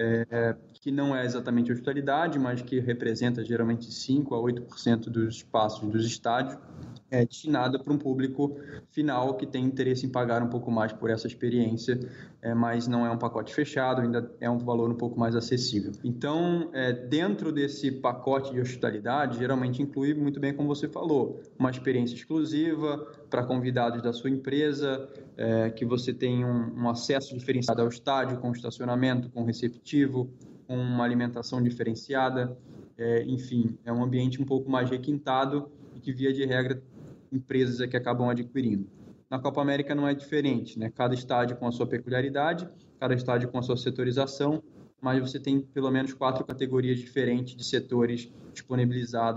que não é exatamente hospitalidade, mas que representa geralmente 5 a 8% dos espaços dos estádios, destinada para um público final que tem interesse em pagar um pouco mais por essa experiência, mas não é um pacote fechado, ainda é um valor um pouco mais acessível. Então, dentro desse pacote de hospitalidade, geralmente inclui, muito bem como você falou, uma experiência exclusiva para convidados da sua empresa, que você tem um acesso diferenciado ao estádio, com estacionamento, com receptivo, com uma alimentação diferenciada, enfim, é um ambiente um pouco mais requintado e que, via de regra, empresas que acabam adquirindo. Na Copa América não é diferente, né? Cada estádio com a sua peculiaridade, cada estádio com a sua setorização, mas você tem pelo menos 4 categorias diferentes de setores disponibilizados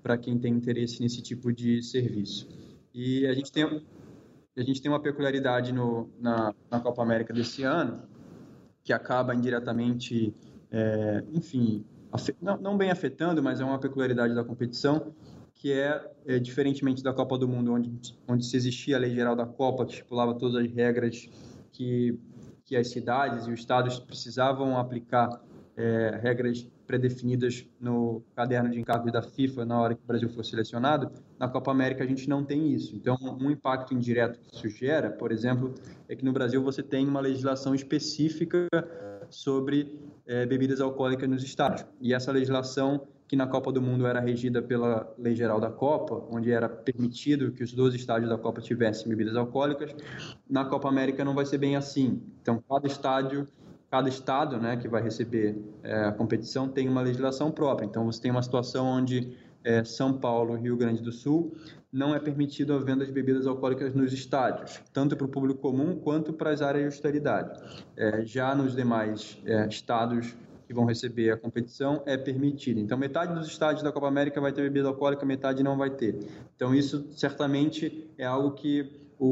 para quem tem interesse nesse tipo de serviço. E a gente tem uma peculiaridade na Copa América desse ano, que acaba indiretamente, enfim, não bem afetando, mas é uma peculiaridade da competição, que diferentemente da Copa do Mundo, onde se existia a Lei Geral da Copa, que estipulava todas as regras que as cidades e os estados precisavam aplicar, regras pré-definidas no caderno de encargos da FIFA na hora que o Brasil for selecionado. Na Copa América a gente não tem isso. Então, um impacto indireto que isso gera, por exemplo, é que no Brasil você tem uma legislação específica sobre bebidas alcoólicas nos estádios. E essa legislação, que na Copa do Mundo era regida pela Lei Geral da Copa, onde era permitido que os 12 estádios da Copa tivessem bebidas alcoólicas, na Copa América não vai ser bem assim. Então, cada estado, né, que vai receber a competição tem uma legislação própria. Então, você tem uma situação onde São Paulo e Rio Grande do Sul não é permitido a venda de bebidas alcoólicas nos estádios, tanto para o público comum quanto para as áreas de hostelidade. Já nos demais estados que vão receber a competição é permitido. Então, metade dos estádios da Copa América vai ter bebida alcoólica, metade não vai ter. Então, isso certamente é algo que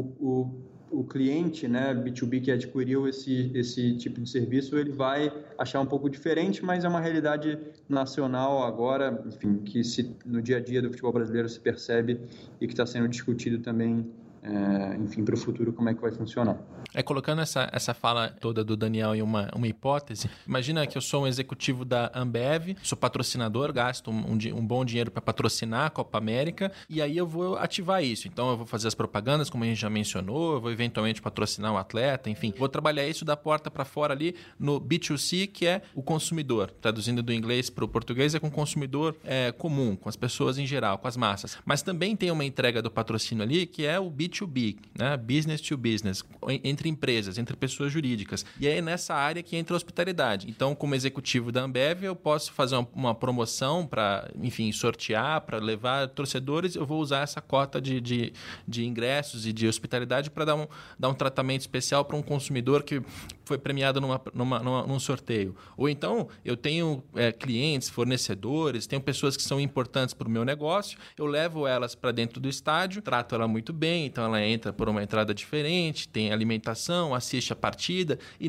o cliente, né, B2B, que adquiriu esse tipo de serviço, ele vai achar um pouco diferente, mas é uma realidade nacional agora, enfim, que no dia a dia do futebol brasileiro se percebe e que está sendo discutido também, enfim, para o futuro, como é que vai funcionar. Colocando essa fala toda do Daniel em uma hipótese, imagina que eu sou um executivo da Ambev, sou patrocinador, gasto um bom dinheiro para patrocinar a Copa América, e aí eu vou ativar isso. Então eu vou fazer as propagandas, como a gente já mencionou, eu vou eventualmente patrocinar um atleta, enfim, vou trabalhar isso da porta para fora ali no B2C, que é o consumidor. Traduzindo do inglês para o português, é com o consumidor comum, com as pessoas em geral, com as massas. Mas também tem uma entrega do patrocínio ali, que é o B2B, né? Business to business, entre empresas, entre pessoas jurídicas. E é nessa área que entra a hospitalidade. Então, como executivo da Ambev, eu posso fazer uma promoção para, enfim, sortear, para levar torcedores. Eu vou usar essa cota de ingressos e de hospitalidade para dar um tratamento especial para um consumidor que foi premiado num sorteio. Ou então, eu tenho clientes, fornecedores, tenho pessoas que são importantes para o meu negócio, eu levo elas para dentro do estádio, trato ela muito bem, então ela entra por uma entrada diferente, tem alimentação, assiste a partida e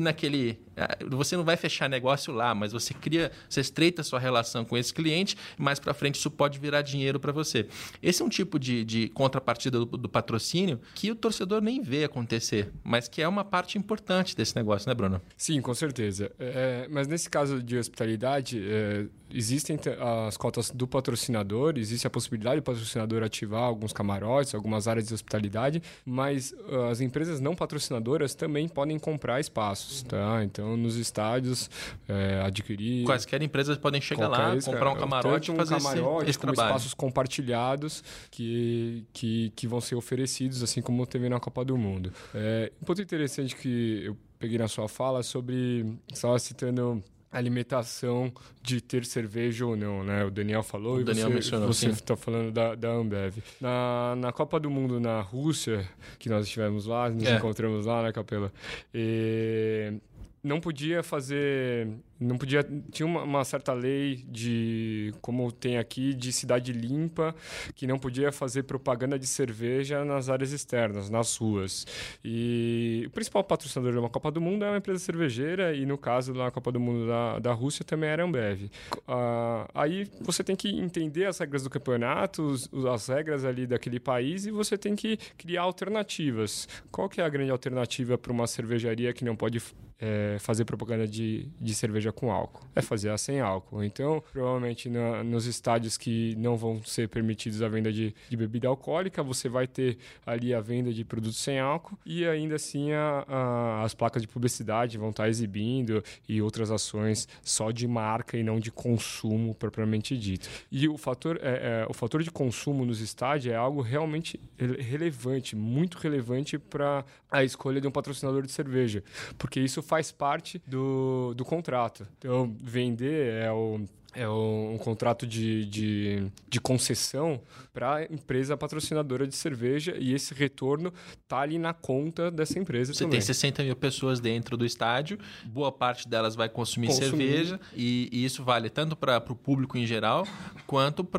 você não vai fechar negócio lá, mas você estreita a sua relação com esse cliente e mais para frente isso pode virar dinheiro para você. Esse é um tipo de contrapartida do patrocínio que o torcedor nem vê acontecer, mas que é uma parte importante desse negócio, né, Bruno? Sim, com certeza. Mas nesse caso de hospitalidade, existem as cotas do patrocinador, existe a possibilidade do patrocinador ativar alguns camarotes, algumas áreas de hospitalidade, mas as empresas não patrocinadoras também podem comprar espaços, tá? Então, nos estádios, adquirir... Quaisquer empresas podem chegar lá, comprar um camarote e fazer esse trabalho. Espaços compartilhados que vão ser oferecidos, assim como teve na Copa do Mundo. Um ponto interessante que eu peguei na sua fala sobre... Você estava citando a limitação de ter cerveja ou não, né? O Daniel falou e você está falando da Ambev. Na Copa do Mundo na Rússia, que nós estivemos lá, nos encontramos lá, né, Capela? Não podia fazer... Tinha uma certa lei como tem aqui, de cidade limpa, que não podia fazer propaganda de cerveja nas áreas externas, nas ruas. E o principal patrocinador de uma Copa do Mundo é uma empresa cervejeira, e no caso da Copa do Mundo da Rússia também era a Ambev. Aí você tem que entender as regras do campeonato, as regras ali daquele país, e você tem que criar alternativas. Qual que é a grande alternativa para uma cervejaria que não pode fazer propaganda de cerveja com álcool? É fazer a sem álcool. Então, provavelmente nos estádios que não vão ser permitidos a venda de bebida alcoólica, você vai ter ali a venda de produtos sem álcool, e ainda assim as placas de publicidade vão estar exibindo, e outras ações só de marca e não de consumo propriamente dito. E o fator de consumo nos estádios é algo realmente relevante, muito relevante para a escolha de um patrocinador de cerveja, porque isso faz parte do contrato. Então, vender é um contrato de concessão para a empresa patrocinadora de cerveja, e esse retorno está ali na conta dessa empresa também. Você tem 60 mil pessoas dentro do estádio, boa parte delas vai consumir cerveja, e isso vale tanto para o público em geral, quanto para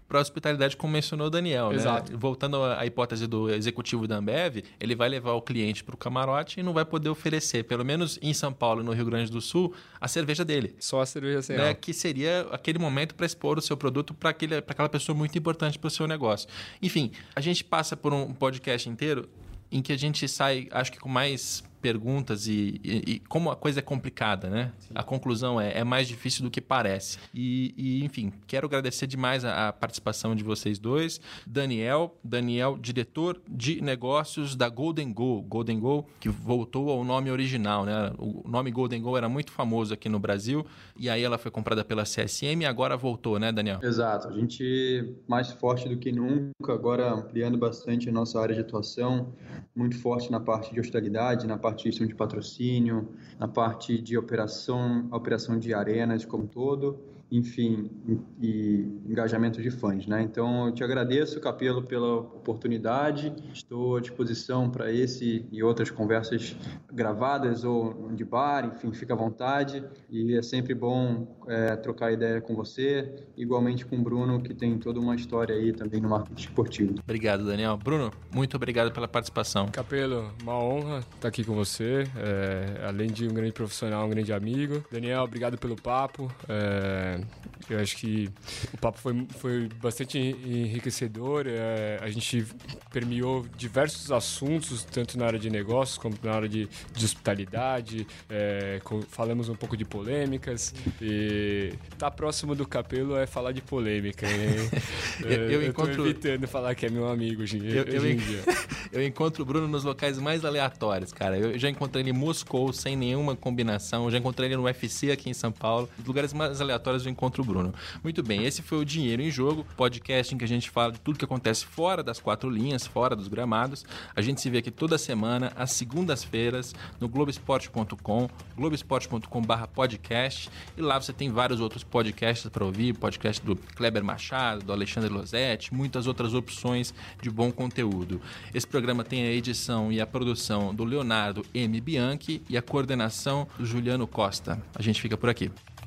para a hospitalidade, como mencionou o Daniel. Exato. Né? Voltando à hipótese do executivo da Ambev, ele vai levar o cliente para o camarote e não vai poder oferecer, pelo menos em São Paulo e no Rio Grande do Sul, a cerveja dele. Só a cerveja sem né? álcool. Que seria aquele momento para expor o seu produto para aquela pessoa muito importante para o seu negócio. Enfim, a gente passa por um podcast inteiro em que a gente sai, acho que com mais perguntas e como a coisa é complicada, né? Sim. A conclusão é mais difícil do que parece. Enfim, quero agradecer demais a participação de vocês dois. Daniel, diretor de negócios da Golden Goal. Golden Goal, que voltou ao nome original, né? O nome Golden Goal era muito famoso aqui no Brasil e aí ela foi comprada pela CSM e agora voltou, né, Daniel? Exato. A gente mais forte do que nunca, agora ampliando bastante a nossa área de atuação, muito forte na parte de hospitalidade, na parte de gestão de patrocínio, na parte de operação de arenas como um todo, enfim, e engajamento de fãs, né? Então, eu te agradeço, Capello, pela oportunidade. Estou à disposição para esse e outras conversas gravadas ou de bar, enfim, fica à vontade. E é sempre bom trocar ideia com você, igualmente com o Bruno, que tem toda uma história aí também no marketing esportivo. Obrigado, Daniel. Bruno, muito obrigado pela participação. Capello, uma honra estar aqui com você. Além de um grande profissional, um grande amigo. Daniel, obrigado pelo papo. Eu acho que o papo foi bastante enriquecedor. A gente permeou diversos assuntos, tanto na área de negócios como na área de hospitalidade. Falamos um pouco de polêmicas. E estar próximo do Capello é falar de polêmica. Eu tô evitando falar que é meu amigo hoje em dia. Eu encontro o Bruno nos locais mais aleatórios, cara. Eu já encontrei ele em Moscou sem nenhuma combinação. Eu já encontrei ele no UFC aqui em São Paulo. Nos lugares mais aleatórios eu encontro o Bruno. Muito bem, esse foi o Dinheiro em Jogo, podcast em que a gente fala de tudo que acontece fora das quatro linhas, fora dos gramados. A gente se vê aqui toda semana, às segundas-feiras, no Globoesporte.com, globoesporte.com/podcast. E lá você tem vários outros podcasts para ouvir, podcast do Kleber Machado, do Alexandre Losetti, muitas outras opções de bom conteúdo. Esse programa tem a edição e a produção do Leonardo M. Bianchi e a coordenação do Juliano Costa. A gente fica por aqui.